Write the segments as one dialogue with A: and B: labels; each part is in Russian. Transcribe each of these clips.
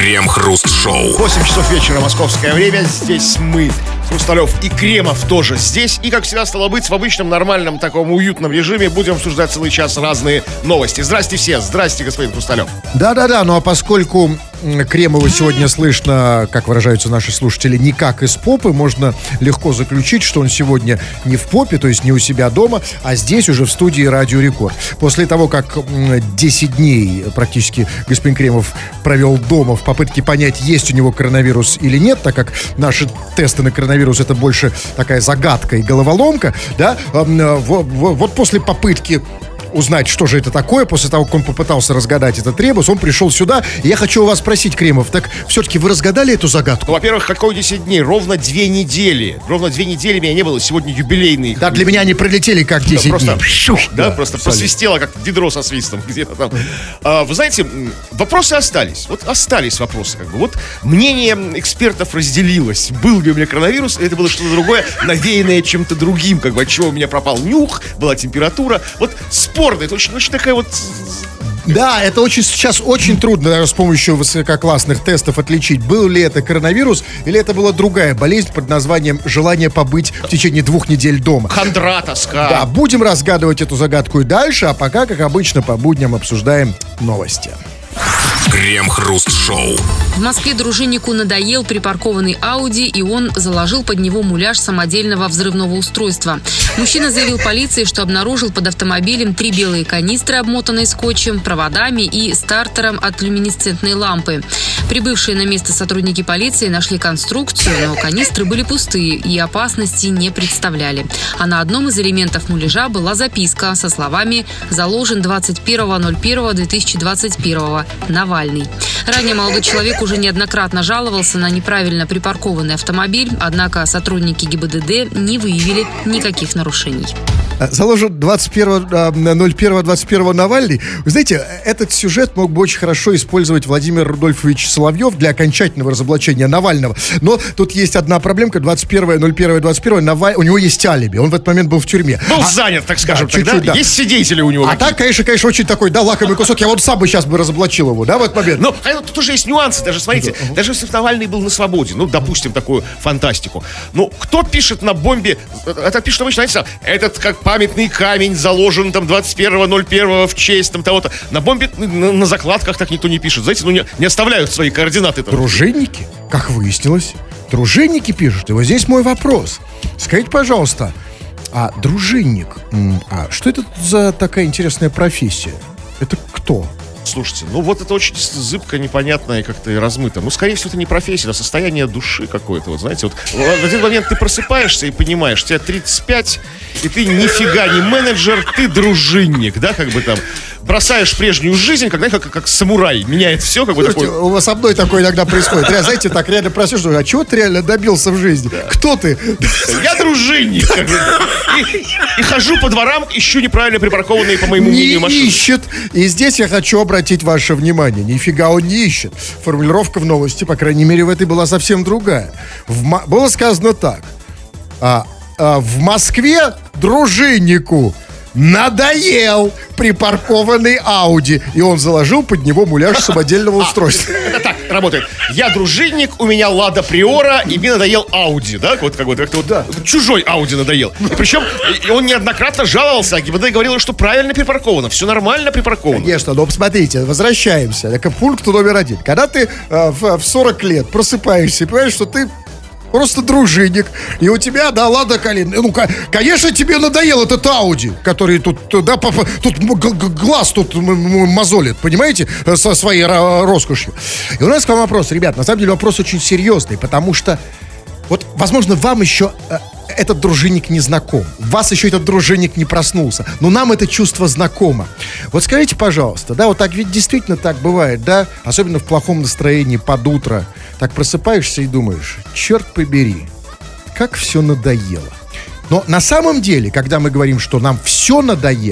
A: Крем-хруст-шоу.
B: 8 часов вечера, московское время. Здесь мы, Хрусталев и Кремов тоже здесь. И, как всегда, стало быть, в обычном, нормальном, таком уютном режиме будем обсуждать целый час разные новости. Здрасте все. Здрасте, господин Хрусталев.
C: Да-да-да, ну а поскольку Кремова сегодня слышно, как выражаются наши слушатели, не как из попы, можно легко заключить, что он сегодня не в попе, то есть не у себя дома, а здесь уже в студии Радио Рекорд. После того, как 10 дней практически господин Кремов провел дома в попытке понять, есть у него коронавирус или нет, так как наши тесты на коронавирус — это больше такая загадка и головоломка, да, вот после попытки узнать, что же это такое, после того, как он попытался разгадать этот ребус, он пришел сюда. И я хочу у вас спросить, Кремов, так все-таки вы разгадали эту загадку?
B: Ну, во-первых, какой 10 дней? Ровно 2 недели. Ровно 2 недели меня не было. Сегодня юбилейный.
C: Да, для меня они пролетели как 10
B: просто,
C: дней.
B: Да, просто просвистело, как ведро со свистом где-то там. Вы знаете, вопросы остались. Вот остались вопросы, как бы. Вот мнение экспертов разделилось. Был ли у меня коронавирус, или это было что-то другое, навеянное чем-то другим, как бы, от чего у меня пропал нюх, была температура. Вот спорно. Это очень такая вот...
C: Да, это сейчас очень трудно даже с помощью высококлассных тестов отличить, был ли это коронавирус или это была другая болезнь под названием желание побыть в течение 2 недель дома.
B: Хандра, тоска.
C: Да, будем разгадывать эту загадку и дальше, а пока, как обычно, по будням обсуждаем новости.
A: Крем-хруст-шоу.
D: В Москве дружиннику надоел припаркованный Ауди, и он заложил под него муляж самодельного взрывного устройства. Мужчина заявил полиции, что обнаружил под автомобилем 3 белые канистры, обмотанные скотчем, проводами и стартером от люминесцентной лампы. Прибывшие на место сотрудники полиции нашли конструкцию, но канистры были пустые и опасности не представляли. А на одном из элементов муляжа была записка со словами «Заложен 21.01.2021. Навальный». Ранее молодой человек уже неоднократно жаловался на неправильно припаркованный автомобиль, однако сотрудники ГИБДД не выявили никаких нарушений.
C: Заложен 21.01.21 Навальный. Вы знаете, этот сюжет мог бы очень хорошо использовать Владимир Рудольфович Соловьев для окончательного разоблачения Навального. Но тут есть одна проблемка. 21.01.21 у него есть алиби. Он в этот момент был в тюрьме.
B: Был занят, так скажем.
C: Да, чуть-чуть, да.
B: Есть свидетели у него.
C: А так, конечно, очень такой, да, лакомый кусок. Я вот сам бы сейчас бы разоблачил его, да, в этот момент.
B: Но тут уже есть нюансы. Даже, смотрите, даже если Навальный был на свободе, ну, допустим, такую фантастику. Ну, кто пишет на бомбе, это пишет обычно, знаете, этот как памятный камень заложен там 21.01 в честь там того-то. На бомбе, на закладках так никто не пишет. Знаете, не оставляют свои координаты там.
C: Дружинники? Как выяснилось, дружинники пишут. И вот здесь мой вопрос. Скажите, пожалуйста, а дружинник, что это за такая интересная профессия? Это кто?
B: Слушайте, ну вот это очень зыбко, непонятно и как-то и размыто. Ну, скорее всего, это не профессия, а состояние души какое-то. Вот знаете, вот в один момент ты просыпаешься и понимаешь, тебе 35, и ты нифига не менеджер, ты дружинник, да, как бы там. Бросаешь прежнюю жизнь, как самурай, меняет все, как бы.
C: Слушайте, такой. У вас со мной такое иногда происходит. Знаете, так реально просишь, а чего ты реально добился в жизни? Да. Кто ты?
B: Я дружинник. И хожу по дворам, ищу неправильно припаркованные, по моему мнению, машины.
C: Не ищет. И здесь я хочу обратить ваше внимание. Нифига он не ищет. Формулировка в новости, по крайней мере, в этой была совсем другая. Было сказано так. В Москве дружиннику надоел припаркованный Ауди, и он заложил под него муляж самодельного устройства.
B: Это так работает. Я дружинник, у меня Лада Приора, и мне надоел Ауди, да? Вот как вот как-то вот да. Чужой Ауди надоел. И причем он неоднократно жаловался, а ГИБДД говорила, что правильно припарковано, все нормально припарковано.
C: Конечно, но посмотрите, возвращаемся к пункту номер 1. Когда ты в 40 лет просыпаешься и понимаешь, что ты просто дружинник, и у тебя, да, Лада Калина. Ну, конечно, тебе надоел этот Ауди, который тут, да, тут глаз тут мозолит, понимаете, со своей роскошью. И у нас к вам вопрос, ребят, на самом деле вопрос очень серьезный, потому что, вот, возможно, вам еще этот дружинник не знаком, у вас еще этот дружинник не проснулся, но нам это чувство знакомо. Вот скажите, пожалуйста, да, вот так ведь действительно так бывает, да, особенно в плохом настроении под утро, так просыпаешься и думаешь, черт побери, как все надоело. Но на самом деле, когда мы говорим, что нам все надоело,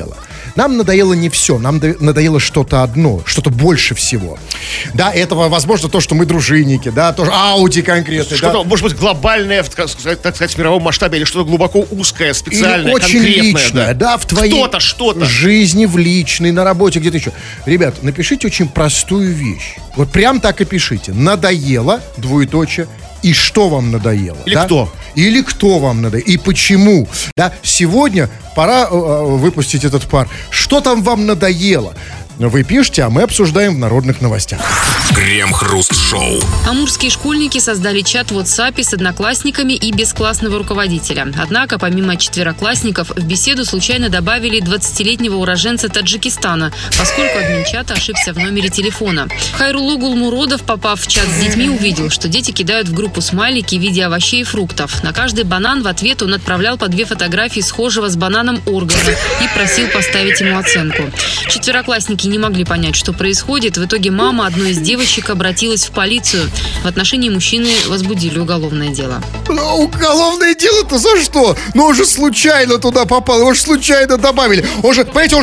C: нам надоело не все, нам надоело что-то одно, что-то больше всего. Да, это, возможно, то, что мы дружинники, да, тоже Ауди конкретно.
B: Что-то, да? Может быть, глобальное, так сказать, в мировом масштабе, или что-то глубоко узкое, специальное,
C: или очень
B: конкретное.
C: личное, да, в твоей
B: что-то.
C: жизни, в личной, на работе, где-то еще. Ребят, напишите очень простую вещь. Вот прям так и пишите. Надоело, двоеточие, и что вам надоело?
B: Или
C: да?
B: кто?
C: Или кто вам надоело? И почему? Да? Сегодня пора выпустить этот пар. Что там вам надоело? Вы пишите, а мы обсуждаем в народных новостях.
A: Крем-хруст-шоу.
D: Амурские школьники создали чат в WhatsApp с одноклассниками и без классного руководителя. Однако, помимо четвероклассников, в беседу случайно добавили 20-летнего уроженца Таджикистана, поскольку админ чата ошибся в номере телефона. Хайрулло Гулмуродов, попав в чат с детьми, увидел, что дети кидают в группу смайлики в виде овощей и фруктов. На каждый банан в ответ он отправлял по 2 фотографии схожего с бананом органа и просил поставить ему оценку. Четвероклассники не могли понять, что происходит. В итоге мама одной из девочек обратилась в полицию. В отношении мужчины возбудили уголовное дело.
C: Ну, уголовное дело-то за что? Ну, он же случайно туда попал, его же случайно добавили. Он же, понимаете,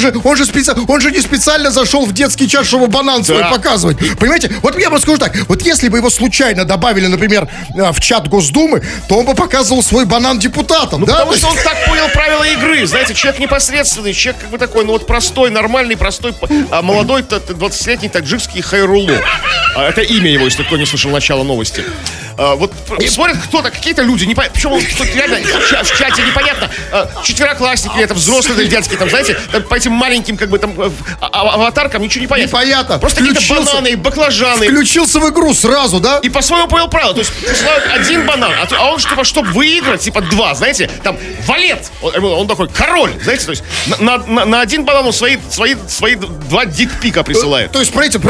C: он же не специально зашел в детский чат, чтобы банан свой показывать. Понимаете? Вот я бы скажу так, вот если бы его случайно добавили, например, в чат Госдумы, то он бы показывал свой банан депутатам, да?
B: Потому что он так понял правила игры. Знаете, человек непосредственный, человек как бы такой, ну вот простой, нормальный, простой, молодой 20-летний таджикский Хайрулло. Это имя его, если кто не слышал начало новости. Вот смотрят кто-то, какие-то люди, причем реально в чате непонятно, четвероклассники, это взрослые или дядьки, там, знаете, там, по этим маленьким, как бы, там, аватаркам ничего не понятно.
C: Непонятно.
B: Просто какие-то бананы, баклажаны.
C: Включился в игру сразу, да?
B: И по-своему понял правила. То есть присылают один банан, а он, чтобы выиграть, типа 2, знаете, там, валет. Он такой король, знаете, то есть на один банан он свои 2 дикпика присылает.
C: То есть, смотрите,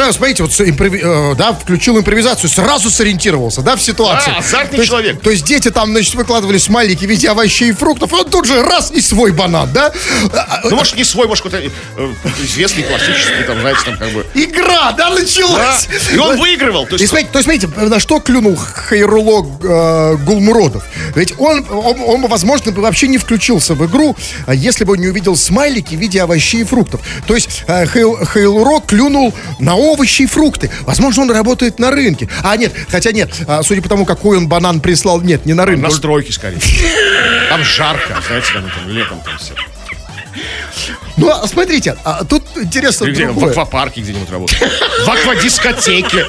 C: вот, да, включил импровизацию, сразу сориентировался, да, в ситуации.
B: Азартный человек.
C: То есть дети там, значит, выкладывали смайлики в виде овощей и фруктов, и он тут же раз и свой банан, да?
B: Ну, может, не свой, может, какой-то известный, классический, там, знаете, там, как бы...
C: Игра, да, началась!
B: Да. И он выигрывал. То есть,
C: смотрите, на что клюнул Хайрулло Гулмуродов? Ведь он, возможно, бы вообще не включился в игру, если бы он не увидел смайлики в виде овощей и фруктов. То есть Хайрулло клюнул на овощи и фрукты. Возможно, он работает на рынке. Нет, судя по тому, какой он банан прислал, нет, не на рынке.
B: На стройке, скорее. Там жарко, знаете, там летом там все.
C: Ну, смотрите, тут интересно другое.
B: В аквапарке где-нибудь работает. В аквадискотеке.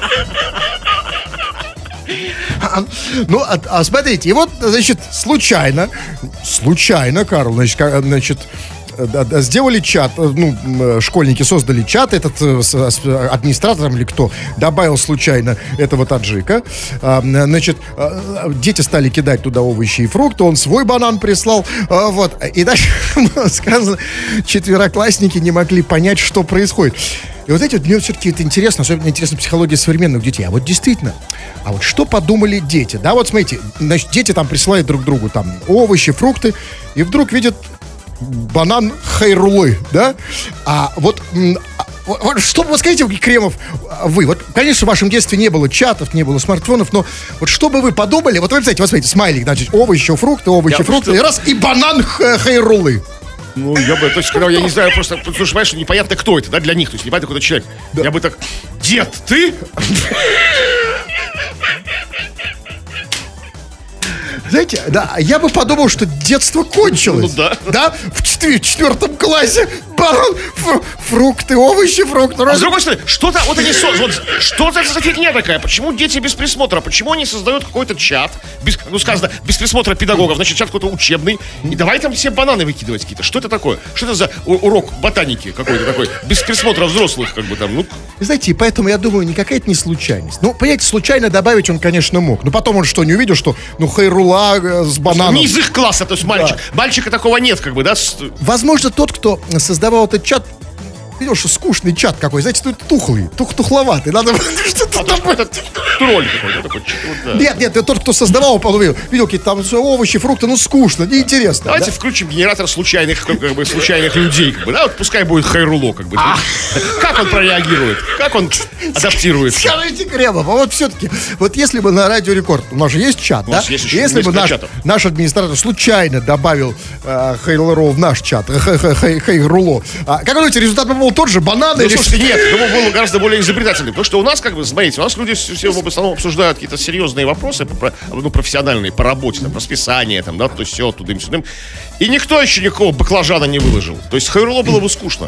C: Ну, смотрите, и вот, значит, случайно, Карл, значит, сделали чат, ну, школьники создали чат, этот с администратором или кто, добавил случайно этого таджика, значит, дети стали кидать туда овощи и фрукты, он свой банан прислал, вот, и дальше сказано, четвероклассники не могли понять, что происходит. И вот мне все-таки это интересно, особенно интересна психология современных детей. А вот действительно, что подумали дети? Да, вот смотрите, значит, дети там присылают друг другу там овощи, фрукты, и вдруг видят банан Хайруллы, да? Вот что, вот скажите, Кремов, вы, вот, конечно, в вашем детстве не было чатов, не было смартфонов, но вот что бы вы подумали, вот вы знаете, смайлик, значит, овощи, фрукты, и раз, и банан Хайруллы.
B: Ну, я бы, то есть, когда я не знаю, просто, потому что, понимаешь, непонятно, кто это, да, для них, то есть, непонятно, какой-то человек. Да. Я бы так, дед, ты?
C: Знаете, да, я бы подумал, что детство кончилось.
B: Ну да.
C: Да? В 4 классе банан, фрукты, овощи, фрукты.
B: А с другой стороны, что-то, вот они, что это за фигня такая? Почему дети без присмотра? Почему они создают какой-то чат, сказано, без присмотра педагогов, значит, чат какой-то учебный, и давай там все бананы выкидывать какие-то. Что это такое? Что это за урок ботаники какой-то такой, без присмотра взрослых, как бы там, ну...
C: Знаете, и поэтому, я думаю, никакая это не случайность. Ну, понимаете, случайно добавить он, конечно, мог. Но потом он что, не увидел, что, Хайрулла с бананом.
B: Не из их класса, то есть мальчик. Да. Мальчика такого нет, как бы, да?
C: Возможно, тот, кто создавал этот чат, видел, что скучный чат какой, знаете, тут тухлый, тухловатый. Надо что-то такое.
B: Тролль какой-то такой. Вот, да.
C: Нет, тот, кто создавал, видел какие-то там овощи, фрукты, ну скучно, неинтересно.
B: Давайте включим генератор случайных людей, как бы, да, вот пускай будет Хайруло, как бы. Как он прореагирует? Как он адаптируется?
C: Скажите, Кремов, а вот все-таки, вот если бы на Радио Рекорд, у нас же есть чат, да? Если бы наш администратор случайно добавил Хайруло в наш чат, Хайруло, как вы думаете, результат был тот же, бананы?
B: Ну, слушайте, нет, думаю, был гораздо более изобретательный, потому что у нас, как бы, смотрите, у нас люди все в основном обсуждают какие-то серьезные вопросы, профессиональные, по работе, там, расписание, там, да, то все, тудым-сюдым. И никто еще никакого баклажана не выложил. То есть Хайруло было бы скучно.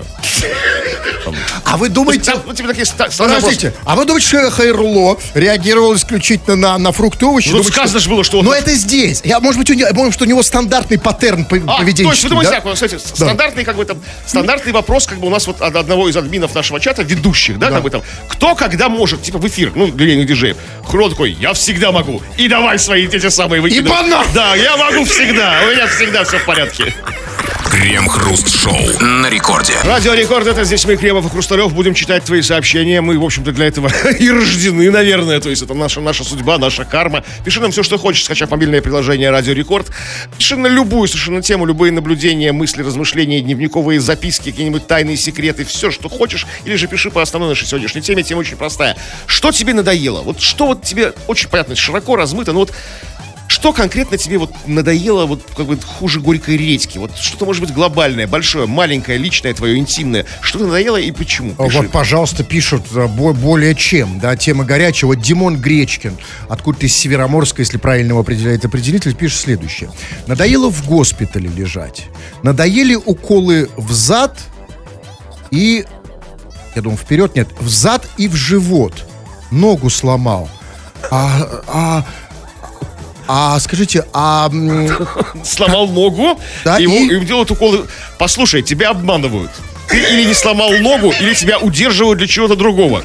C: А вы думаете... Подождите, а вы думаете, что Хайруло реагировал исключительно на фрукты и овощи?
B: Ну, сказано же было, что...
C: Но это здесь. Может быть, что у него стандартный паттерн поведенческий.
B: То есть, вы думаете, так, кстати, стандартный, как бы, там, стандартный вопрос, как бы, у нас вот от одного из админов нашего чата, ведущих, да, как бы, там, кто когда может, типа, в эфир, ну, главный диджей, Хайруло такой, я всегда могу, и давай свои эти самые выкидывай.
C: И банан!
B: Да, я могу всегда, у меня всегда все в порядке.
A: Крем-хруст-шоу на рекорде.
B: Радио Рекорд, это здесь мы, Кремов и Хрусталев, будем читать твои сообщения. Мы, в общем-то, для этого и рождены, наверное. То есть это наша судьба, наша карма. Пиши нам все, что хочешь, скачав мобильное приложение Радио Рекорд. Пиши на любую совершенно тему, любые наблюдения, мысли, размышления, дневниковые записки, какие-нибудь тайные секреты, все, что хочешь. Или же пиши по основной нашей сегодняшней теме. Тема очень простая. Что тебе надоело? Вот что вот тебе очень понятно, широко размыто, но вот что конкретно тебе вот надоело, вот как бы хуже горькой редьки? Вот что-то может быть глобальное, большое, маленькое, личное, твое, интимное. Что-то надоело и почему? Пиши.
C: Вот, пожалуйста, пишут более чем, да, тема горячая. Вот Димон Гречкин, откуда-то из Североморска, если правильно его определяет определитель, пишет следующее. Надоело в госпитале лежать. Надоели уколы в зад и... Я думаю, вперед, нет. В зад и в живот. Ногу сломал. Скажите,
B: сломал ногу,
C: да,
B: и делают уколы. Послушай, тебя обманывают. Ты или не сломал ногу, или тебя удерживают для чего-то другого.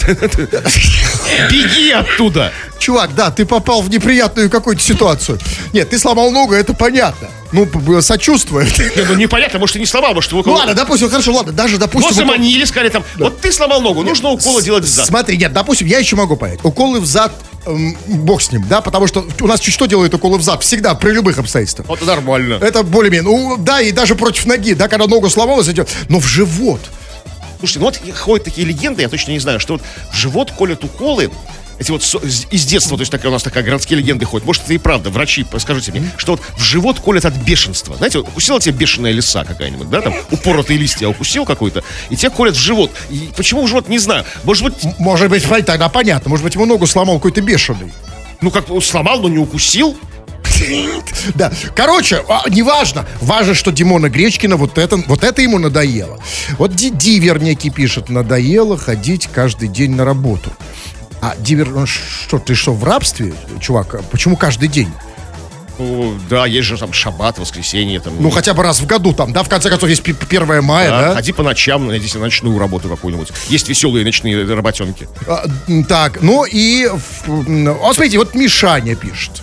B: Беги оттуда.
C: Чувак, да, ты попал в неприятную какую-то ситуацию. Нет, ты сломал ногу, это понятно. Ну, сочувствую.
B: Ну, непонятно, может, ты не сломал, может,
C: Ну, ладно, допустим, хорошо, ладно, даже, допустим...
B: Вот заманили, сказали там, вот ты сломал ногу, нужно уколы делать в зад.
C: Смотри, нет, допустим, я еще могу понять. Уколы в зад, бог с ним, да, потому что у нас чуть что делают уколы в зад, всегда, при любых обстоятельствах.
B: Вот нормально.
C: Это более-менее, ну, да, и даже против ноги, да, когда ногу сломалась, идет, но в живот.
B: Слушайте, ну вот ходят такие легенды, я точно не знаю, что вот в живот колят уколы, эти вот из детства, то есть у нас такая городские легенды ходят. Может, это и правда, врачи, скажите мне, что вот в живот колят от бешенства. Знаете, вот укусила тебя бешеная лиса какая-нибудь, да, там, упоротые листья укусил какой-то, и тебя колят в живот. И почему в живот, не знаю. Может быть,
C: тогда понятно, может быть, ему ногу сломал какой-то бешеный.
B: Ну, как сломал, но не укусил.
C: Да, короче, неважно. Важно, что Димона Гречкина вот это ему надоело. Вот Дивер некий пишет: надоело ходить каждый день на работу. А Дивер, ну что, ты что, в рабстве, чувак? Почему каждый день?
B: Ну, да, есть же там шаббат, воскресенье там.
C: Ну, хотя бы раз в году там, да, в конце концов, есть 1 мая, да?
B: Ходи по ночам, найди себе ночную работу какую-нибудь. Есть веселые ночные работенки.
C: Так, ну и... смотрите, вот Мишаня пишет.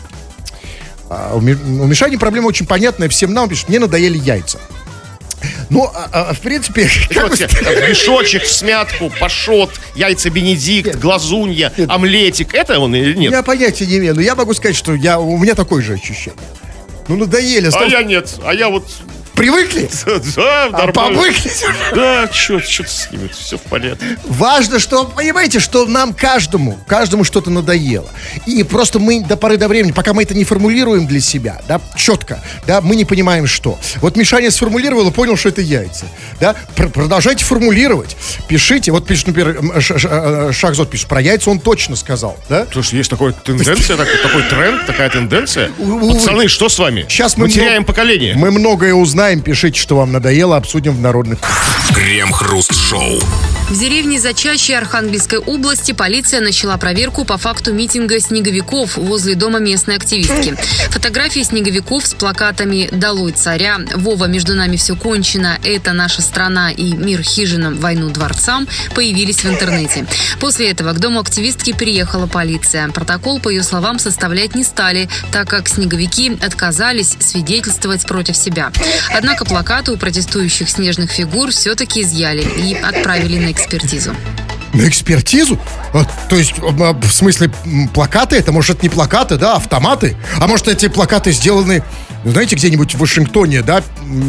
C: У Мишани проблема очень понятная всем нам, пишет: мне надоели яйца. Ну, в принципе...
B: Мешочек, смятку, пашот, яйца Бенедикт, глазунья, омлетик. Это он или нет?
C: Я понятия не имею, но я могу сказать, что у меня такое же ощущение. Ну, надоели.
B: А я нет, а я вот...
C: Привыкли?
B: Да, нормально.
C: Повыкли?
B: Да, что с ними, все в порядке.
C: Важно, что, понимаете, что нам каждому что-то надоело. И просто мы до поры до времени, пока мы это не формулируем для себя, да, четко, да, мы не понимаем, что. Вот Мишаня сформулировал и понял, что это яйца. Да, продолжайте формулировать. Пишите, вот пишет, например, Шахзод пишет, про яйца он точно сказал, да?
B: Слушай, есть такая тенденция, такой тренд, такая тенденция. Пацаны, что с вами?
C: Сейчас
B: мы теряем поколение.
C: Мы многое узнаем. Пишите, что вам надоело, обсудим в народных...
A: Крем-хруст-шоу.
D: В деревне Зачащи Архангельской области полиция начала проверку по факту митинга снеговиков возле дома местной активистки. Фотографии снеговиков с плакатами «Долой царя», «Вова, между нами все кончено», «Это наша страна» и «Мир хижинам, войну дворцам» появились в интернете. После этого к дому активистки приехала полиция. Протокол, по ее словам, составлять не стали, так как снеговики отказались свидетельствовать против себя. Однако плакаты у протестующих снежных фигур все-таки изъяли и отправили на экспертизу.
C: На экспертизу? То есть, в смысле, плакаты? Это, может, это не плакаты, да, автоматы? А может, эти плакаты сделаны, знаете, где-нибудь в Вашингтоне, да,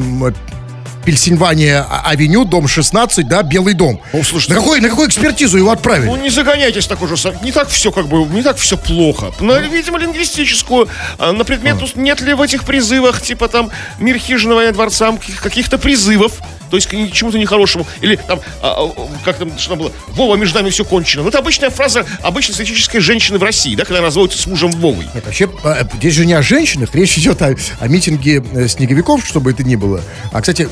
C: Пенсильвания-авеню, дом 16, да, Белый дом.
B: Слушайте,
C: на какую экспертизу его отправили?
B: Ну, не загоняйтесь так уже. Не так все, не так все плохо. Видимо, лингвистическую. На предмет, нет ли в этих призывах, типа там, «Мир хижина, война дворцам», каких-то призывов. То есть к чему-то нехорошему. Или там, как там, что там было, «Вова, между нами все кончено». Ну, это обычная фраза обычной статистической женщины в России, да, когда разводится с мужем Вовой.
C: Нет, вообще, здесь же не о женщинах, речь идет о митинге снеговиков, чтобы это ни было. А, кстати,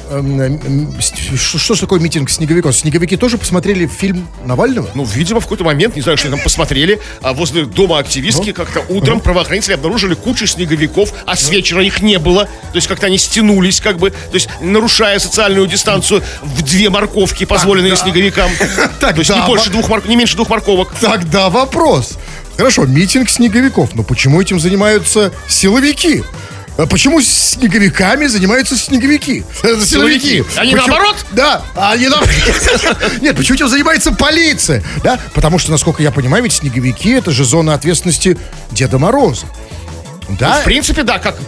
C: что такое митинг снеговиков? Снеговики тоже посмотрели фильм Навального?
B: Ну, видимо, в какой-то момент, не знаю, что они там посмотрели, а возле дома активистки как-то утром правоохранители обнаружили кучу снеговиков, а с вечера их не было. То есть как-то они стянулись, как бы, то есть нарушая социальную дистанцию в 2 морковки, позволенные снеговикам. То есть не меньше 2 морковок.
C: Тогда вопрос. Хорошо, митинг снеговиков. Но почему этим занимаются силовики? Почему снеговиками занимаются снеговики? Силовики.
B: Они наоборот?
C: Да, они наоборот. Нет, почему этим занимается полиция? Да, потому что, насколько я понимаю, ведь снеговики — это же зона ответственности Деда Мороза. Да?
B: Ну, в принципе, да, как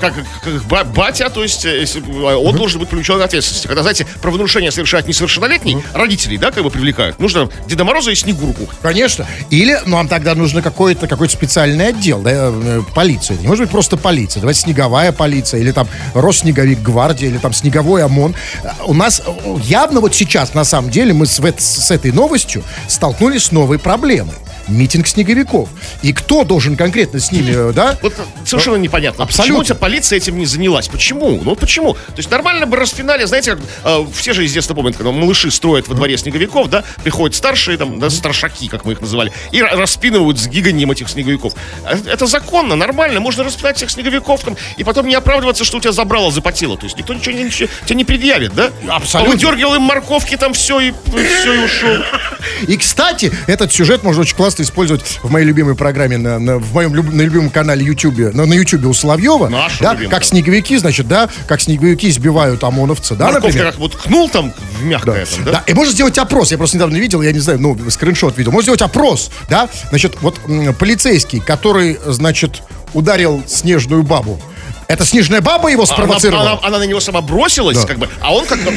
B: батя, то есть он должен быть привлечен к ответственности. Когда, знаете, правонарушение совершает несовершеннолетний, родителей, да, как бы привлекают. Нужно Деда Мороза и Снегурку.
C: Конечно. Или нам тогда нужно какой-то специальный отдел, да, полиция. Не может быть просто полиция. Давайте снеговая полиция, или там Росснеговик гвардия, или там снеговой ОМОН. У нас явно вот сейчас, на самом деле, мы с этой новостью столкнулись с новой проблемой. Митинг снеговиков. И кто должен конкретно с ними, да?
B: Вот совершенно непонятно.
C: Абсолютно.
B: Почему полиция этим не занялась? Почему? Ну вот почему? То есть нормально бы распинали, знаете, как все же из детства помнят, когда малыши строят во дворе снеговиков, да, приходят старшие, там, да, старшаки, как мы их называли, и распинывают с гиганьем этих снеговиков. Это законно, нормально, можно распинать всех снеговиков там, и потом не оправдываться, что у тебя забрало, запотело. То есть никто ничего тебе не предъявит, да?
C: Абсолютно.
B: Выдергивал им морковки, там все и ушел.
C: И, кстати, этот сюжет можно очень классно использовать в моей любимой программе, в моем любимом канале YouTube, на YouTube у Соловьева, да, как снеговики, значит, да, как снеговики избивают ОМОНовца, да,
B: морковка
C: например.
B: как вот кнул там в мягкое,
C: да.
B: Там, да?
C: Да, и можно сделать опрос, я просто недавно видел, я не знаю, скриншот видел, можно сделать опрос, да, значит, вот полицейский, который, значит, ударил снежную бабу. Это снежная баба его спровоцировала?
B: Она на него сама бросилась, да, как бы, а он, как бы,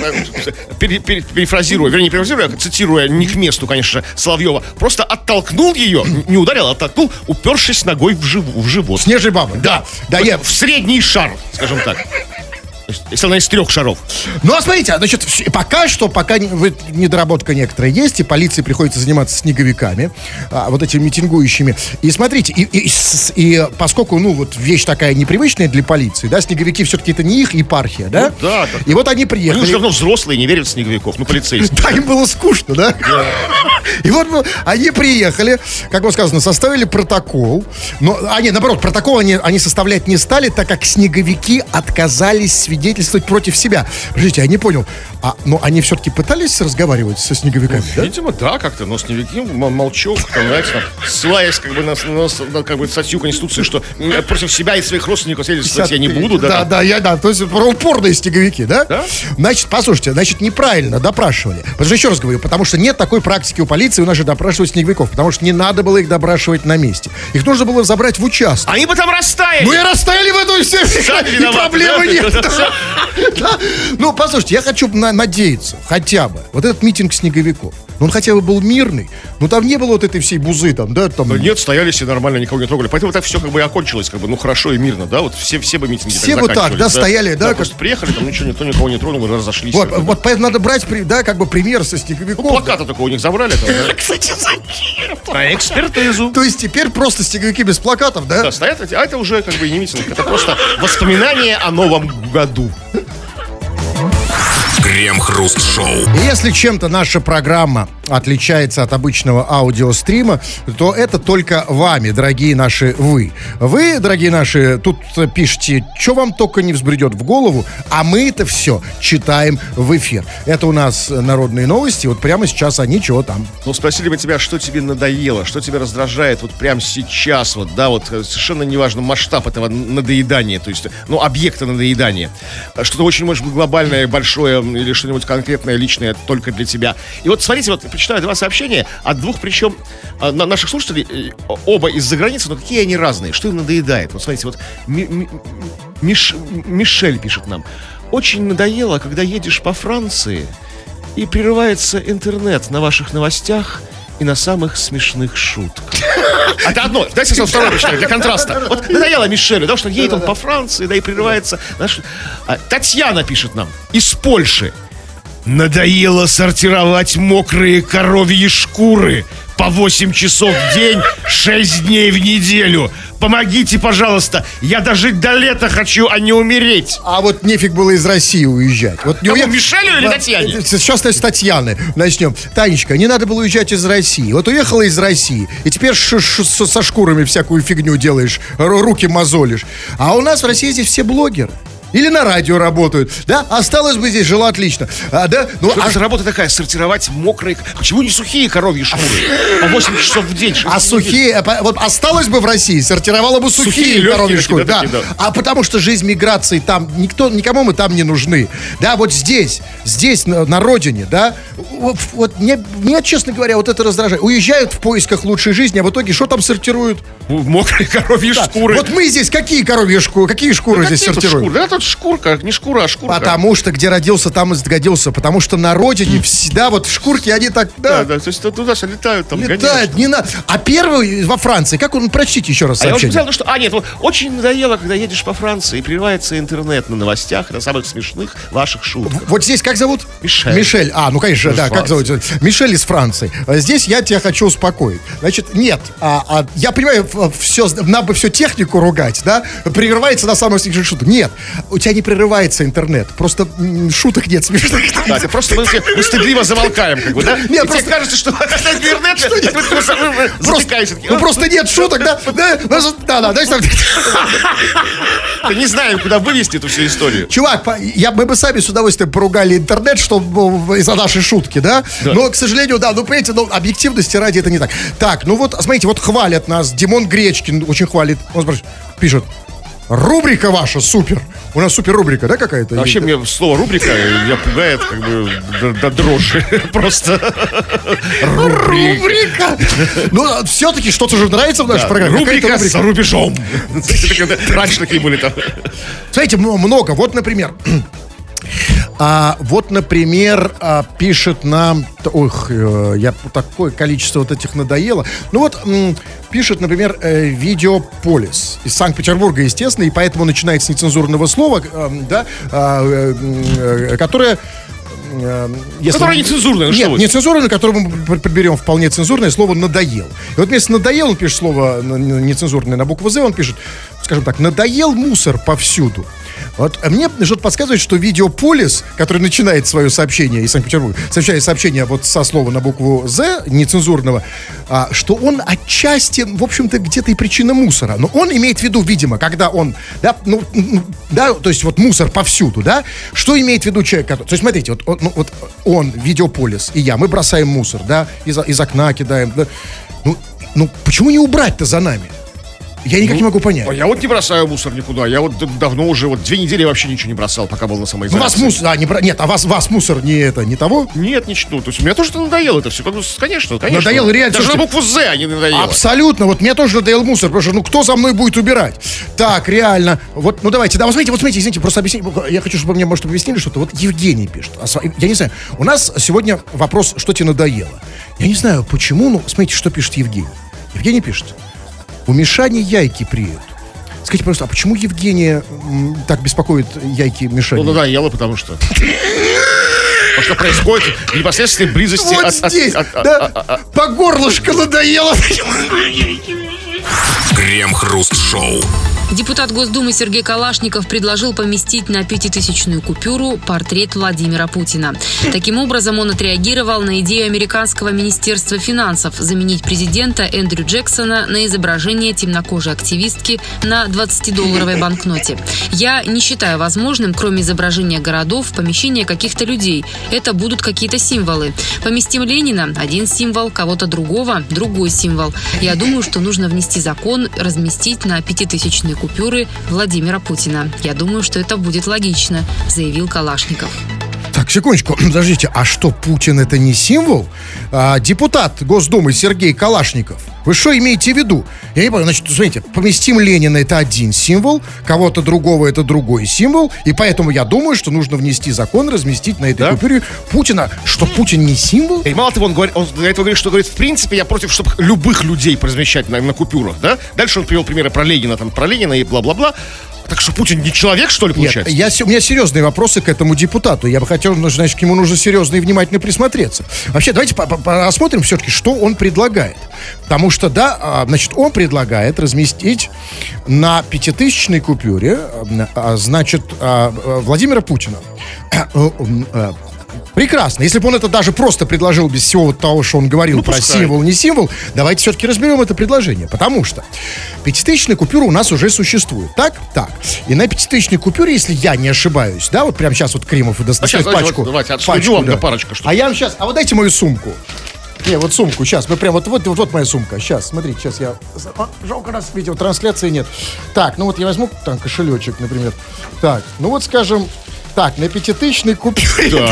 B: перефразируя, цитируя не к месту, конечно, Соловьева, просто оттолкнул ее, не ударил, а оттолкнул, упершись ногой в живот.
C: Снежной бабы? Да.
B: В средний шар, скажем так. Если она из 3 шаров.
C: Ну, а смотрите, значит, пока недоработка некоторая есть, и полиции приходится заниматься снеговиками, вот этими митингующими. И смотрите, и поскольку, вещь такая непривычная для полиции, да, снеговики все-таки это не их епархия, да?
B: Ну, да.
C: И вот они приехали.
B: Они уже давно взрослые, не верят в снеговиков, полицейские.
C: Да, им было скучно, да? И вот они приехали, как бы сказано, составили протокол. Но они, наоборот, протокол они составлять не стали, так как снеговики отказались свидетельствовать против себя. Подождите, я не понял. Но они все-таки пытались разговаривать со снеговиками, да?
B: Видимо, да, как-то. Но снеговики молчок, там, знаете, ссылаясь как бы на статью Конституции, что против себя и своих родственников свидетельствовать я не буду.
C: Да. То есть упорные снеговики, да? Да. Значит, послушайте, неправильно допрашивали. Потому что, еще раз говорю, потому что нет такой практики у полиции, у нас же допрашивать снеговиков, потому что не надо было их допрашивать на месте. Их нужно было забрать в участок.
B: Они бы там растаяли.
C: Ну и растаяли в этом все. И проблемы нет. Ну, послушайте, я хочу надеяться, хотя бы, вот этот митинг снеговиков, он хотя бы был мирный, там не было вот этой всей бузы, там, да? Там...
B: Да нет, стояли все нормально, никого не трогали. Поэтому так все как бы и окончилось, как бы, хорошо и мирно, да? Вот все бы митинги
C: все так заканчивались. Вот так, да, стояли, да?
B: Просто приехали, там ничего, никто никого не тронул, и разошлись.
C: Вот поэтому надо брать, да, как бы пример со снеговиков.
B: Плакаты только у них забрали, там, да? Кстати, зачем? На экспертизу.
C: То есть теперь просто снеговики без плакатов, да?
B: Да, стоят, а это уже как бы и не митинг, это просто воспоминание о Новом году.
A: Крем-хруст-шоу.
C: И если чем-то наша программа отличается от обычного аудиострима, то это только вами, дорогие наши вы. Вы, дорогие наши, тут пишите, что вам только не взбредет в голову, а мы это все читаем в эфир. Это у нас народные новости, вот прямо сейчас они чего там.
B: Ну, спросили бы тебя, что тебе надоело, что тебя раздражает вот прямо сейчас, вот, да, вот совершенно неважно масштаб этого надоедания, то есть, ну, объекта надоедания. Что-то очень, может быть, глобальное, большое или что-нибудь конкретное, личное только для тебя. И вот, смотрите, вот, прочитаю 2 сообщения от 2, причем наших слушателей, оба из-за границы, но какие они разные, что им надоедает. Вот, смотрите, вот Мишель пишет нам. Очень надоело, когда едешь по Франции и прерывается интернет на ваших новостях и на самых смешных шутках. Это одно. Дайте я второе прочитаю для контраста. Вот надоело Мишелю, да, что едет он по Франции, да, и прерывается. Татьяна пишет нам из Польши. Надоело сортировать мокрые коровьи шкуры по 8 часов в день, 6 дней в неделю. Помогите, пожалуйста. Я дожить до лета хочу, а не умереть.
C: А вот нефиг было из России уезжать. Вот не
B: Кому, Мишелю или Татьяне?
C: Сейчас с Татьяны начнем. Танечка, не надо было уезжать из России. Вот уехала из России, и теперь со шкурами всякую фигню делаешь, руки мозолишь. А у нас в России здесь все блогеры. Или на радио работают, да? Осталось бы здесь, жила отлично. Да? Ну,
B: что за работа такая? Сортировать мокрые... Почему не сухие коровьи шкуры? По 8 часов в день.
C: А сухие... Вот осталось бы в России, сортировала бы сухие коровьи шкуры. Да. А потому что жизнь миграции там... Никому мы там не нужны. Да, вот здесь на родине, да? Вот меня, честно говоря, вот это раздражает. Уезжают в поисках лучшей жизни, а в итоге что там сортируют?
B: Мокрые коровьи шкуры.
C: Вот мы здесь какие коровьи шкуры? Какие шкуры здесь сортируем?
B: Да, тут шкурка, не шкура, а шкурка.
C: Потому что где родился, там и сгодился. Потому что на родине всегда вот шкурки, они так...
B: Да, то есть туда же летают. Там,
C: летают, не надо. А первый во Франции, как он, прочтите еще раз сообщение.
B: Я вот взял, что... нет, вот, очень надоело, когда едешь по Франции и прерывается интернет на новостях, на самых смешных ваших шутках.
C: Вот здесь как зовут?
B: Мишель.
C: Ну, конечно, да, как зовут? Мишель из Франции. Здесь я тебя хочу успокоить. Значит, нет, я понимаю, надо бы всю технику ругать, да, прерывается на самых смешных шутках. Нет, у тебя не прерывается интернет, просто шуток нет смешных.
B: Да, ты просто мы стыдливо замолкаем, как бы, да?
C: Нет,
B: и тебе кажется, что интернет затыкаешься.
C: Ну, просто нет шуток, да? Да,
B: Мы не знаем, куда вывести эту всю историю.
C: Чувак, мы бы сами с удовольствием поругали интернет, чтобы из-за нашей шутки, да? Но, к сожалению, да, понимаете, объективности ради это не так. Так, ну вот, смотрите, вот хвалят нас, Димон Гречкин очень хвалит, он пишет, рубрика ваша супер. У нас супер рубрика, да, какая-то?
B: Вообще, мне слово рубрика меня пугает, как бы, до дрожи. Просто
C: рубрика. Ну, все-таки что-то же нравится в нашей программе.
B: Рубрика с рубежом. Раньше такие были там.
C: Смотрите, много. Вот, например... пишет нам... такое количество вот этих надоело. Ну вот, пишет, например, Видеополис из Санкт-Петербурга, естественно, и поэтому начинает с нецензурного слова, которое...
B: Которое нецензурное,
C: нет, нецензурное, которое мы подберем вполне цензурное слово «надоел». И вот вместо «надоел» он пишет слово нецензурное на букву «З», он пишет, скажем так, «надоел мусор повсюду». Вот мне что-то подсказывает, что Видеополис, который начинает свое сообщение из Санкт-Петербурга, сообщает сообщение вот со слова на букву «З» нецензурного, что он отчасти, в общем-то, где-то и причина мусора. Но он имеет в виду, видимо, когда он, да, то есть вот мусор повсюду, да, что имеет в виду человек, то есть смотрите, вот он, Видеополис и я, мы бросаем мусор, да, из окна кидаем, да. Ну, почему не убрать-то за нами? Я никак не могу понять.
B: Я вот не бросаю мусор никуда. Я вот давно уже, 2 недели вообще ничего не бросал, пока был на самоизоляции.
C: Вас мусор, нет, а вас мусор не того?
B: Нет, ничего. То есть мне тоже надоело это все. Конечно.
C: Надоело реально.
B: Даже на букву «З» не надоело.
C: Абсолютно. Вот мне тоже надоел мусор, потому что, кто за мной будет убирать? Так, реально. Вот, давайте, да, вот смотрите, извините, просто объясните. Я хочу, чтобы мне, может, объяснили что-то. Вот Евгений пишет. Я не знаю, у нас сегодня вопрос, что тебе надоело. Я не знаю, почему, смотрите, что пишет Евгений. Евгений пишет. У Мишани яйки преют. Скажите, пожалуйста, а почему Евгения так беспокоит яйки Мишани?
B: Ну, надоело, потому что... Потому что происходит в непосредственной близости
C: вот здесь, по горлышко надоело.
A: Крем-хруст-шоу.
D: Депутат Госдумы Сергей Калашников предложил поместить на 5000-ную купюру портрет Владимира Путина. Таким образом, он отреагировал на идею американского министерства финансов заменить президента Эндрю Джексона на изображение темнокожей активистки на 20-долларовой банкноте. Я не считаю возможным, кроме изображения городов, помещение каких-то людей. Это будут какие-то символы. Поместим Ленина – один символ, кого-то другого – другой символ. Я думаю, что нужно внести закон, разместить на 5000-ные купюры Владимира Путина. Я думаю, что это будет логично, заявил Калашников.
C: Так, секундочку, подождите, а что, Путин это не символ? Депутат Госдумы Сергей Калашников, вы что имеете в виду? Я не понял, значит, смотрите, поместим Ленина это один символ, кого-то другого это другой символ, и поэтому я думаю, что нужно внести закон, разместить на этой купюре Путина. Что, Путин не символ?
B: И мало того, он для этого говорит, что говорит, в принципе, я против, чтобы любых людей размещать на купюрах, да? Дальше он привел примеры про Ленина и бла-бла-бла. Так что Путин не человек, что ли, получается?
C: Нет, у меня серьезные вопросы к этому депутату. Я бы хотел, значит, к нему нужно серьезно и внимательно присмотреться. Вообще, давайте посмотрим все-таки, что он предлагает. Потому что, значит, он предлагает разместить на 5000-ной купюре, значит, Владимира Путина. Прекрасно. Если бы он это даже просто предложил без всего того, что он говорил про символ, не символ, давайте все-таки разберем это предложение. Потому что 5000-ная купюра у нас уже существует. Так? Так. И на 5000-ной купюре, если я не ошибаюсь, да, вот прямо сейчас вот Кремов достает пачку.
B: Давайте, отшкодю вам до парочка штук.
C: А я вам сейчас, вот дайте мою сумку. Не, вот сумку, сейчас, мы прям, вот моя сумка, сейчас, смотрите, сейчас я, жалко, у нас видеотрансляции нет. Так, ну вот я возьму там кошелечек, например. Так, ну вот скажем... Так, на 5000-ной купюре.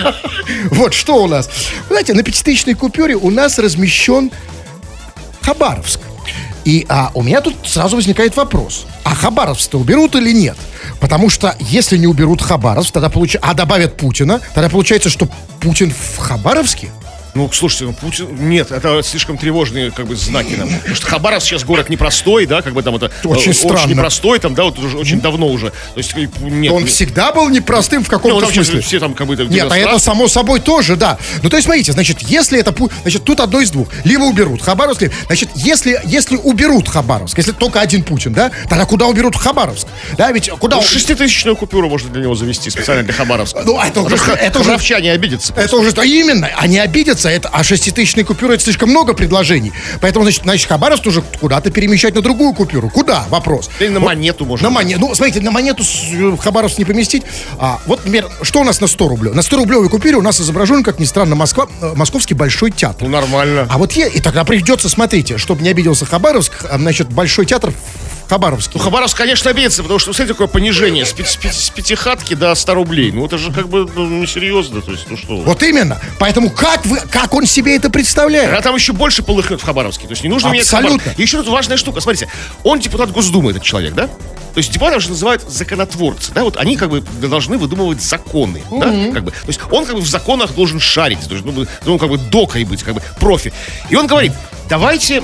C: Вот что у нас. Знаете, на 5000-ной купюре у нас размещен Хабаровск. И у меня тут сразу возникает вопрос. А Хабаровск-то уберут или нет? Потому что если не уберут Хабаровск, тогда добавят Путина, тогда получается, что Путин в Хабаровске?
B: Ну, слушайте, Путин... Нет, это слишком тревожные, как бы, знаки нам. Потому что Хабаровск сейчас город непростой, да, как бы там это...
C: Очень странно.
B: Очень непростой, там, да, вот уже очень давно уже. То есть, нет.
C: Он всегда был непростым в каком-то смысле.
B: Все там, как бы...
C: Нет, а это само собой тоже, да. Ну, то есть, смотрите, значит, если это... Значит, тут одно из двух. Либо уберут Хабаровск, значит, если уберут Хабаровск, если только один Путин, да, тогда куда уберут Хабаровск? Да, ведь куда...
B: 6000-ную купюру можно для него завести специально для Хабаровска.
C: Ну, это уже...
B: Хабаровчане обидятся.
C: Это уже... Именно, они обидятся. А 6000-ная купюра — это слишком много предложений. Поэтому, значит, Хабаровск уже куда-то перемещать на другую купюру. Куда? Вопрос.
B: Или на монету можно.
C: На монету. Ну, смотрите, на монету Хабаровск не поместить. Вот, например, что у нас на 100 рублей? На 100-рублевой купюре у нас изображен, как ни странно, Московский Большой театр.
B: Ну, нормально.
C: А вот и тогда придется, смотрите, чтобы не обиделся Хабаровск, значит, Большой театр Хабаровский.
B: Ну, Хабаровск, конечно, обидится, потому что, смотрите, такое понижение с пятихатки до 100 рублей. Ну, это же как бы несерьезно. То есть, ну что вы.
C: Вот именно. Поэтому как он себе это представляет?
B: А там еще больше полыхнет в Хабаровске. То есть не нужно менять Хабаровск. И еще тут важная штука. Смотрите, он депутат Госдумы, этот человек, да? То есть депутатов же называют законотворцы, да? Вот они как бы должны выдумывать законы, да? Как бы. То есть он как бы в законах должен шарить, должен как бы докой быть, как бы профи. И он говорит: давайте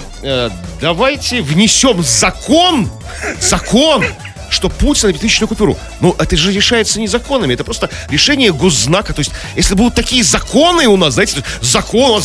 B: внесем закон, что Путин на 5000-ную купюру. Ну, это же решается не законами, это просто решение госзнака. То есть, если будут такие законы у нас, знаете, закон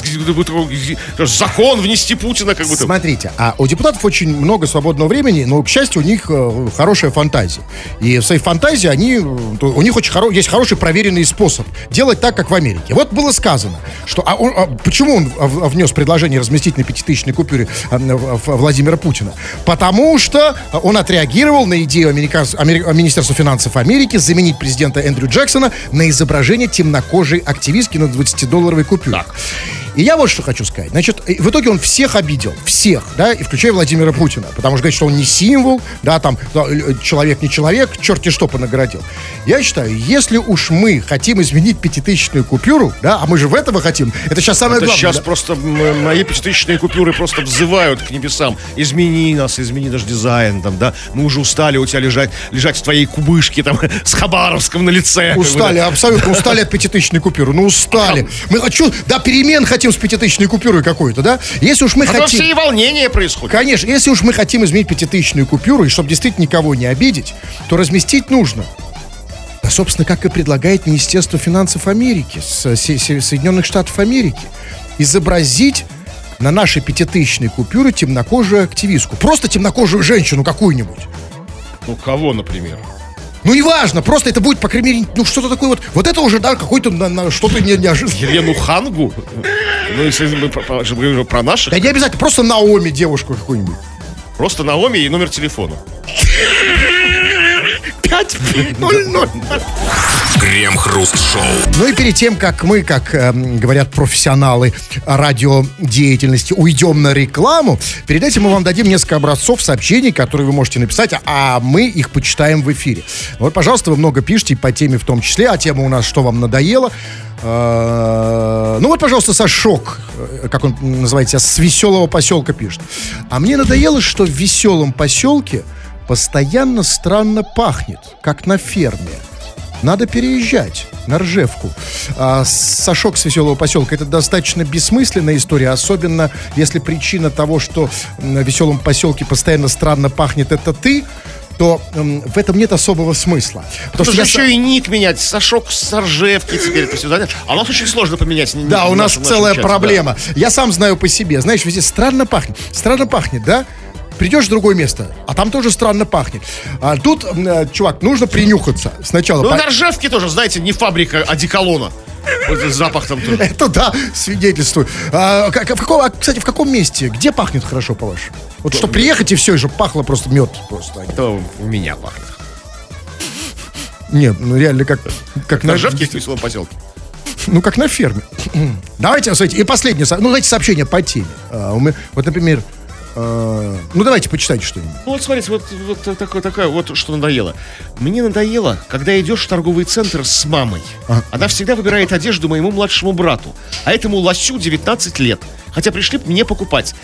B: внести Путина, как бы.
C: Смотрите, а у депутатов очень много свободного времени, но, к счастью, у них хорошая фантазия. И в своей фантазии у них есть хороший проверенный способ делать так, как в Америке. Вот было сказано, что... почему он внес предложение разместить на 5000-ной купюре Владимира Путина? Потому что он отреагировал на идею Министерства финансов Америки заменить президента Эндрю Джексона на изображение темнокожей активистки на 20-долларовой купюре. Так. И я вот что хочу сказать. Значит, в итоге он всех обидел. Всех, да, и включая Владимира Путина. Потому что говорит, что он не символ, да, там, человек не человек, черти что понагородил. Я считаю, если уж мы хотим изменить 5000-ную купюру, да, а мы же в этого хотим, это сейчас самое главное.
B: Сейчас
C: да?
B: просто мои 5000-ные купюры просто взывают к небесам. Измени нас, измени наш дизайн, там, да. Мы уже устали у тебя лежать в твоей кубышке, там, с Хабаровском на лице.
C: Устали, абсолютно устали от 5000-ной купюры. Ну, устали. Мы перемен хотим с 5000-ной купюрой какой-то, да? Если уж мы хотим...
B: все и волнения происходят.
C: Конечно, если уж мы хотим изменить 5000-ную купюру, и чтобы действительно никого не обидеть, то разместить нужно. Да, собственно, как и предлагает Министерство финансов Америки, Соединенных Штатов Америки. Изобразить на нашей 5000-ной купюре темнокожую активистку. Просто темнокожую женщину какую-нибудь.
B: Ну, кого, например?
C: Ну, неважно, просто это будет, по крайней мере, ну, что-то такое вот. Вот это уже, да, какой-то что-то неожиданное.
B: Елену Хангу? Ну, если мы говорим про наших.
C: Да не обязательно, просто Наоми девушку какую-нибудь.
B: Просто Наоми и номер телефона.
C: 500.
A: Крем-хруст-шоу.
C: Ну и перед тем, как мы, как говорят профессионалы радиодеятельности, уйдем на рекламу, перед этим мы вам дадим несколько образцов сообщений, которые вы можете написать, а мы их почитаем в эфире. Вот, пожалуйста, вы много пишите по теме в том числе, а тема у нас «Что вам надоело?». Ну вот, пожалуйста, Сашок, как он называется, с веселого поселка пишет. А мне надоело, что в веселом поселке постоянно странно пахнет, как на ферме. Надо переезжать на Ржевку. Сашок с веселого поселка — это достаточно бессмысленная история, особенно если причина того, что в веселом поселке постоянно странно пахнет, это ты, то в этом нет особого смысла.
B: Потому что еще и ник менять, Сашок с Ржевки теперь это все, да? А у нас очень сложно поменять.
C: Да, у нас целая проблема. Да. Я сам знаю по себе. Знаешь, везде странно пахнет. Странно пахнет, да? Придешь в другое место, а там тоже странно пахнет. А тут, чувак, нужно принюхаться сначала.
B: Ну, на Ржевке тоже, знаете, не фабрика одеколона. Вот запах там тоже.
C: Это да, свидетельствует. Кстати, в каком месте? Где пахнет хорошо, по-вашему? Вот что приехать и все, и чтобы пахло просто мед.
B: Это у меня пахнет.
C: Нет, ну реально как
B: на Ржевке в веселом поселке.
C: Ну, как на ферме. Давайте, смотрите, и последнее, ну, давайте сообщение по теме. Вот, например, ну, давайте почитайте что-нибудь.
B: Ну, вот смотрите, вот такое вот что надоело. Мне надоело, когда идешь в торговый центр с мамой. Она всегда выбирает одежду моему младшему брату, а этому лосю 19 лет. Хотя пришли мне покупать.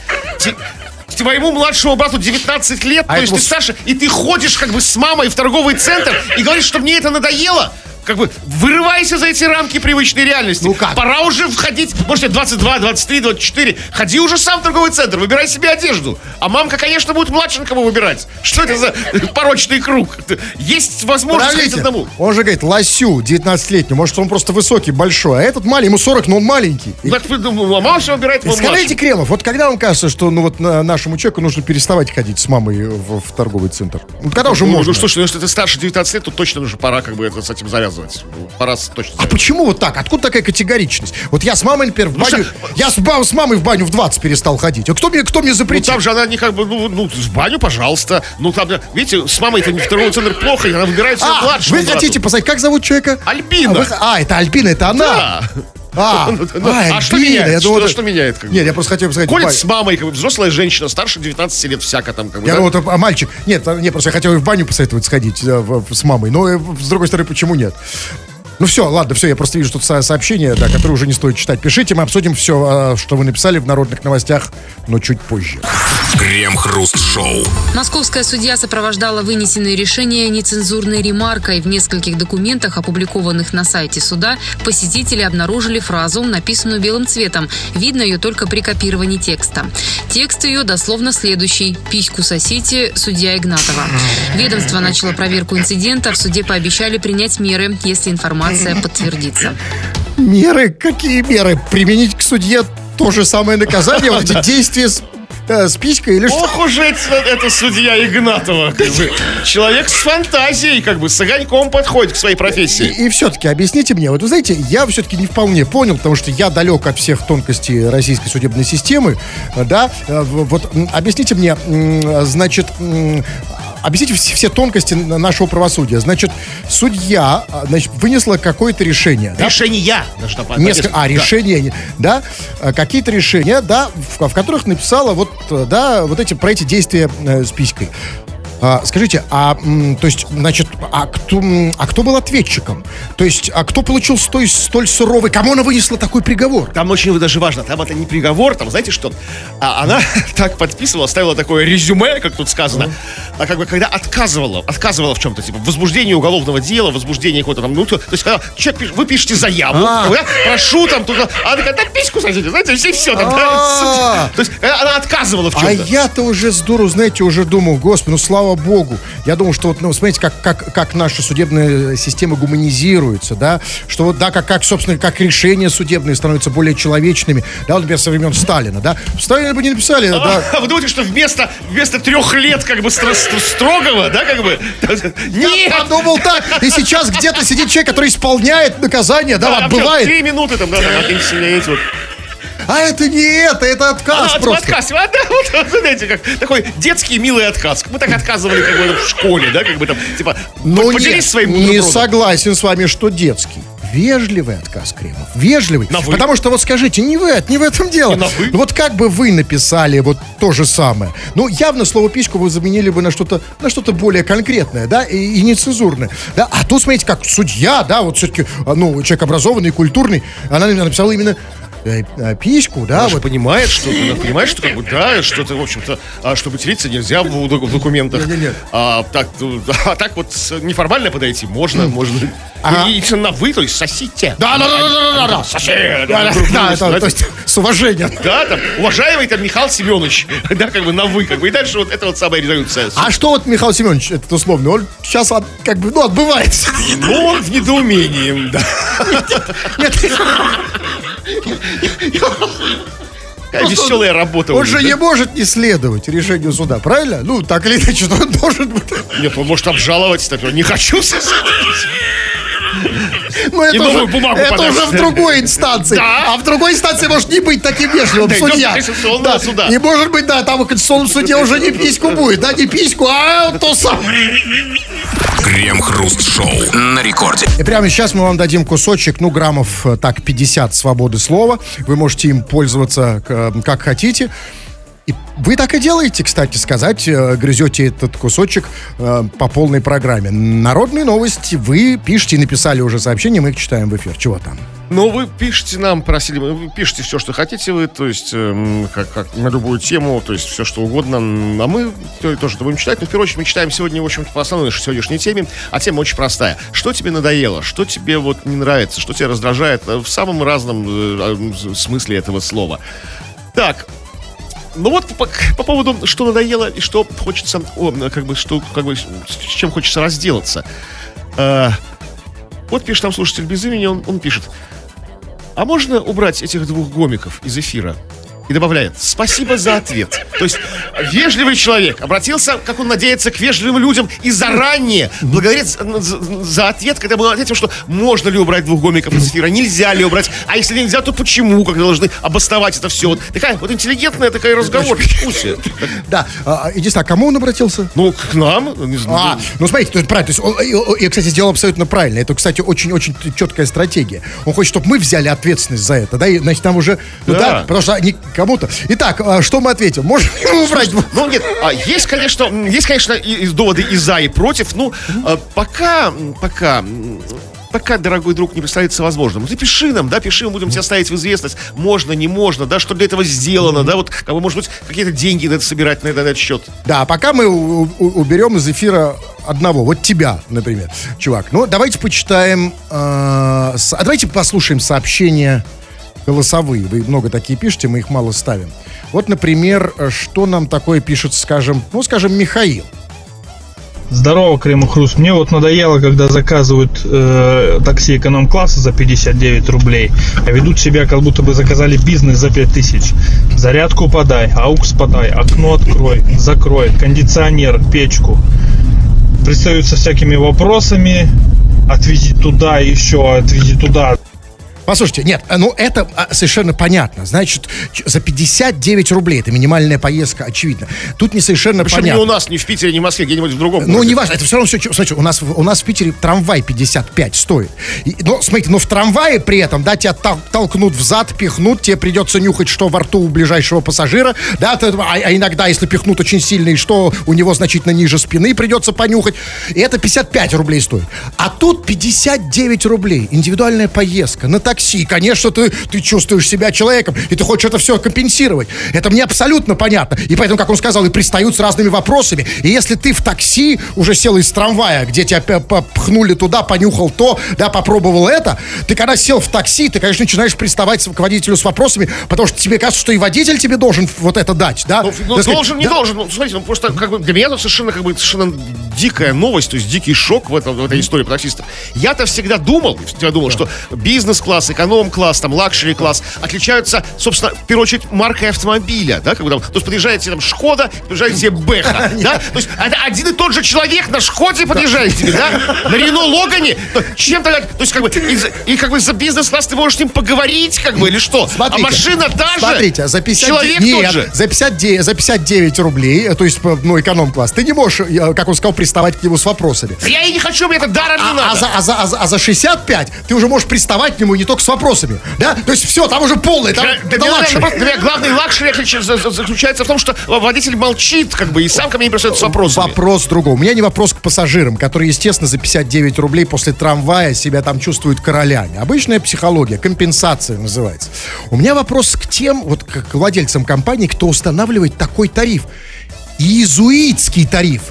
B: Твоему младшему брату 19 лет, то есть ты старше, и ты ходишь как бы с мамой в торговый центр и говоришь, что мне это надоело. Как бы вырывайся за эти рамки привычной реальности.
C: Ну как?
B: Пора уже входить. Может, тебе 22, 23, 24. Ходи уже сам в торговый центр, выбирай себе одежду. А мамка, конечно, будет младшенькому выбирать. Что это за порочный круг? Есть возможность ходить одному.
C: Он же говорит, лосю 19-летнему. Может, он просто высокий, большой. А этот маленький, ему 40, но он маленький.
B: Так вы думаете, мама все выбирает его младшего.
C: Скажите, Кремов, вот когда вам кажется, что ну вот нашему человеку нужно переставать ходить с мамой в торговый центр? Ну, когда уже можно?
B: Ну что ж, если ты старше 19 лет, то точно уже пора как бы с этим завязывать. Пора точно.
C: А почему вот так? Откуда такая категоричность? Вот я с мамой, например, в баню. Я с мамой в баню в 20 перестал ходить. А кто мне запретил?
B: Ну там же она не как бы, ну, в баню, пожалуйста. Ну там, видите, с мамой-то в торговый центр плохо, и она выбирает себе младшего.
C: Вы хотите посмотреть, как зовут человека?
B: Альбина.
C: Это Альбина, это она.
B: Да. А что меняет? Что меняет? Как бы?
C: Нет, я просто хотел сказать.
B: Ходит с мамой, как бы взрослая женщина, старше 19 лет, всяко там. Как бы,
C: а мальчик. Нет, просто я хотел и в баню посоветовать сходить с мамой. Но с другой стороны, почему нет? Ну все, ладно, все, я просто вижу тут сообщения, да, которые уже не стоит читать. Пишите, мы обсудим все, что вы написали в народных новостях, но чуть позже.
A: Крем-хруст-шоу.
D: Московская судья сопровождала вынесенные решения нецензурной ремаркой. В нескольких документах, опубликованных на сайте суда, посетители обнаружили фразу, написанную белым цветом. Видно ее только при копировании текста. Текст ее дословно следующий. «Письку сосите, судья Игнатова». Ведомство начало проверку инцидента. В суде пообещали принять меры, если информация подтвердится.
C: Меры? Какие меры? Применить к судье то же самое наказание? Вот эти действия с писькой или что?
B: Ох уж это судья Игнатова. Как бы. Человек с фантазией, как бы, с огоньком подходит к своей профессии.
C: И все-таки объясните мне, вот вы знаете, я все-таки не вполне понял, потому что я далек от всех тонкостей российской судебной системы, да, вот объясните мне, значит... Объясните все тонкости нашего правосудия. Значит, судья, вынесла какое-то решение.
B: Решения.
C: Да? Решения, да. Какие-то решения, да, в которых написала вот про эти действия с писькой. Скажите, то есть, значит, кто был ответчиком? То есть, кто получил столь суровый, кому она вынесла такой приговор?
B: Там очень даже важно, там это не приговор, там, знаете что, она так подписывала, ставила такое резюме, как тут сказано, а как бы, когда отказывала в чем-то, типа, возбуждение уголовного дела, возбуждение какого-то там, то есть, когда человек, вы пишете заяву, прошу там, она такая, да письку садите, знаете, и все там, да, то есть, она отказывала в чем-то.
C: А я-то уже с дуру, знаете, уже думал, господи, ну, слава слава богу. Я думаю, что вот, ну, смотрите, как наша судебная система гуманизируется, да, что вот, да, собственно, как решения судебные становятся более человечными, да, вот, например, со времен Сталина, да. Сталина бы не написали, да.
B: Вы думаете, что вместо 3 лет, как бы, строгого, да, как бы?
C: Нет! Я подумал так, и сейчас где-то сидит человек, который исполняет наказание, да, отбывает.
B: 3 минуты там, да, эти вот.
C: А это не это отказ просто.
B: Отказ, да, вот, знаете, как такой детский милый отказ. Мы так отказывали, как бы, в школе, да, как бы там, типа, поделись своим бутербродом.
C: Не согласен с вами, что детский. Вежливый отказ, Кремов. Вежливый. Потому что, вот скажите, не в этом дело. Ну, вот как бы вы написали вот то же самое. Ну, явно слово «письку» вы заменили бы на что-то более конкретное, да, и нецензурное. Да? А тут, смотрите, как судья, да, вот все-таки, ну, человек образованный, культурный, она написала именно письку, да.
B: Она же понимает, что как бы, да, что-то, в общем-то, чтобы тереться нельзя в документах.
C: Нет.
B: Так вот неформально подойти можно. И на «вы», то есть сосите.
C: Да.
B: Сосед.
C: Да, то есть с уважением.
B: Да, там, уважаемый там Михаил Семенович, да, как бы на «вы», как бы, и дальше вот это вот самая резолюция.
C: А что вот Михаил Семенович, этот условно, он сейчас как бы, ну, отбывается.
B: Ну, он в недоумении, да.
C: Нет.
B: Какая веселая работа.
C: Он же не может не следовать решению суда, правильно? Ну, так или иначе, он должен быть.
B: Нет, он может обжаловать, так, не хочу.
C: Но это уже в другой инстанции.
B: Да.
C: А в другой инстанции может не быть таким вежливым судья.
B: Суда.
C: И может быть, да, там в конституционном суде уже не письку будет, да, не письку, а то самое.
A: Крем-хруст-шоу на рекорде.
C: И прямо сейчас мы вам дадим кусочек, ну, граммов так 50 свободы слова. Вы можете им пользоваться как хотите. И вы так и делаете, кстати сказать, грызете этот кусочек по полной программе. Народные новости, вы пишете и написали уже сообщение, мы их читаем в эфир. Чего там?
B: Ну, вы пишите нам, просили, вы пишите все, что хотите вы, то есть, как на любую тему, то есть, все, что угодно, а мы тоже это будем читать, но, в первую очередь, мы читаем сегодня, в общем-то, по основной нашей сегодняшней теме, а тема очень простая. Что тебе надоело? Что тебе вот не нравится? Что тебя раздражает в самом разном смысле этого слова? Так, ну вот по поводу, что надоело и что хочется, с чем хочется разделаться. Вот пишет нам слушатель без имени, он пишет: а можно убрать этих 2 гомиков из эфира? И добавляет: спасибо за ответ. То есть вежливый человек обратился, как он надеется, к вежливым людям и заранее благодарит за ответ, когда был ответом, что можно ли убрать 2 гомиков из эфира, нельзя ли убрать, а если нельзя, то почему, как должны обосновать это все. Вот такая вот интеллигентная такая разговор, дискуссия.
C: Да, единственное, а кому он обратился?
B: Ну, к нам, не знаю.
C: Ну, смотрите, то правильно, то есть, я, кстати, сделал абсолютно правильно. Это, кстати, очень-очень четкая стратегия. Он хочет, чтобы мы взяли ответственность за это, да, и, значит, там уже, ну да, потому что кому-то. Итак, что мы ответим? Можем убрать?
B: Ну, нет, есть, конечно, и доводы и за, и против. Ну, пока, дорогой друг, не представляется возможным. Ты пиши нам, да, мы будем тебя ставить в известность. Можно, не можно, да, что для этого сделано, да, вот, как бы, может быть, какие-то деньги надо собирать на этот счет.
C: Да, пока мы уберем из эфира одного, вот тебя, например, чувак. Ну, давайте почитаем, давайте послушаем сообщения голосовые. Вы много такие пишете, мы их мало ставим. Вот, например, что нам такое пишет, скажем, Михаил.
E: Здорово, Крем и Хруст. Мне вот надоело, когда заказывают такси эконом-класса за 59 рублей, а ведут себя, как будто бы заказали бизнес за 5000. Зарядку подай, аукс подай, окно открой, закрой, кондиционер, печку. Пристают со всякими вопросами. Отвези туда, еще отвези туда.
C: Послушайте, нет, ну это совершенно понятно. Значит, за 59 рублей это минимальная поездка, очевидно. Тут не совершенно
B: причем
C: понятно.
B: Не у нас, не в Питере, не в Москве, где-нибудь в другом городе.
C: Ну, не важно, это все равно все. Смотрите, у нас в Питере трамвай 55 стоит. Но, смотрите, но в трамвае при этом, да, тебя толкнут взад, пихнут, тебе придется нюхать, что во рту у ближайшего пассажира, да, а иногда, если пихнут очень сильно, и что у него значительно ниже спины, придется понюхать. И это 55 рублей стоит. А тут 59 рублей. Индивидуальная поездка на такси. такси, конечно, ты чувствуешь себя человеком, и ты хочешь это все компенсировать. Это мне абсолютно понятно. И поэтому, как он сказал, и пристают с разными вопросами. И если ты в такси уже сел из трамвая, где тебя пхнули туда, понюхал то, да, попробовал это, ты когда сел в такси, ты, конечно, начинаешь приставать к водителю с вопросами, потому что тебе кажется, что и водитель тебе должен вот это дать, да?
B: Должен, не должен. Ну, смотрите, просто как бы для меня это совершенно дикая новость, то есть дикий шок в этой истории про таксистов. Я-то всегда думал, что бизнес-класс, эконом-класс, там, лакшери-класс отличаются, собственно, в первую очередь, маркой автомобиля, да, как бы там, то есть подъезжает тебе там Шкода, подъезжает тебе Бэха, да, то есть это один и тот же человек на Шкоде подъезжает тебе, да, на Рено Логане, чем-то, то есть как бы, и как бы за бизнес-класс ты можешь с ним поговорить, как бы, или что?
C: Смотрите,
B: а машина та же,
C: смотрите, за 50,
B: человек
C: нет,
B: тот же.
C: за 59 рублей, то есть, ну, эконом-класс, ты не можешь, как он сказал, приставать к нему с вопросами.
B: Я и не хочу, мне это даром не надо.
C: А за 65 ты уже можешь приставать к нему не только с вопросами, да? То есть все, там уже полный, там лакшери.
B: Для меня главный лакшери заключается в том, что водитель молчит, как бы, и сам ко мне не пристает с вопросами.
C: Вопрос в другом. У меня не вопрос к пассажирам, которые, естественно, за 59 рублей после трамвая себя там чувствуют королями. Обычная психология, компенсация называется. У меня вопрос к тем, вот к владельцам компаний, кто устанавливает такой тариф. Иезуитский тариф.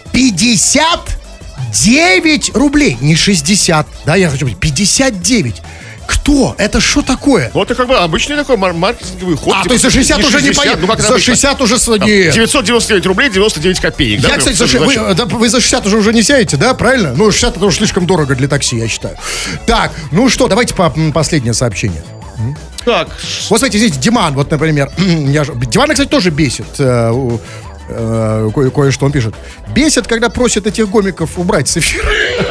C: 59 рублей, не 60, да, я хочу говорить, 59. Кто? Это что такое?
B: Вот это как бы обычный такой маркетинговый ход.
C: То есть за 60 уже не поедет.
B: Ну,
C: за 60 уже... Нет.
B: 999 рублей 99 копеек.
C: Я, кстати, вы за 60 уже не сядете, да, правильно? Ну, 60 это уже слишком дорого для такси, я считаю. Так, ну что, давайте последнее сообщение.
B: Так.
C: Вот, смотрите, здесь Диман, вот, например. Димана, кстати, тоже бесит. Кое-что он пишет. Бесит, когда просят этих гомиков убрать с эфира.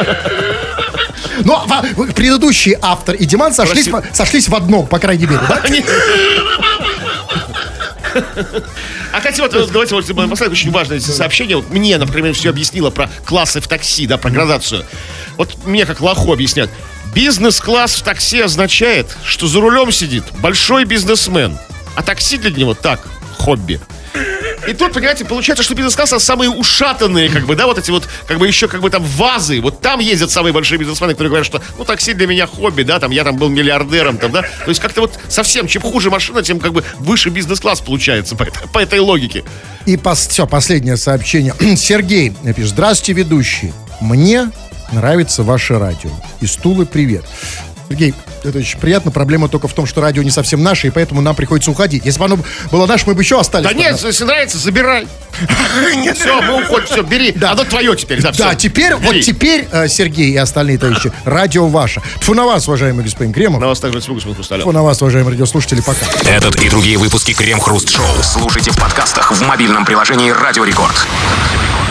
C: Но предыдущий автор и Диман сошлись в одном, по крайней мере, да?
B: А, кстати, вот давайте последнее очень важное сообщение. Вот мне, например, все объяснило про классы в такси, да, про градацию. Вот мне как лоху объяснят. Бизнес-класс в такси означает, что за рулем сидит большой бизнесмен, а такси для него так, хобби. И тут, понимаете, получается, что бизнес-классы самые ушатанные, как бы, да, вот эти вот, как бы еще, как бы там вазы, вот там ездят самые большие бизнесмены, которые говорят, что, ну, такси для меня хобби, да, там, я там был миллиардером, там, да, то есть как-то вот совсем, чем хуже машина, тем, как бы, выше бизнес-класс получается по этой логике.
C: И все, последнее сообщение. Сергей пишет: здравствуйте, ведущие, мне нравится ваше радио. Из Тулы привет. Сергей, это очень приятно. Проблема только в том, что радио не совсем наше, и поэтому нам приходится уходить. Если бы оно было наше, мы бы еще остались.
B: Да нет, если нравится, забирай. Все, мы уходим, все, бери.
C: Да.
B: Оно твое теперь.
C: Да, теперь, вот теперь, Сергей и остальные товарищи, радио ваше. Тьфу на вас, уважаемый господин Кремов.
B: На вас также всего, господин Хрусталев.
C: Тьфу на вас, уважаемые радиослушатели, пока.
A: Этот и другие выпуски Крем-Хруст Шоу слушайте в подкастах в мобильном приложении Радио Рекорд.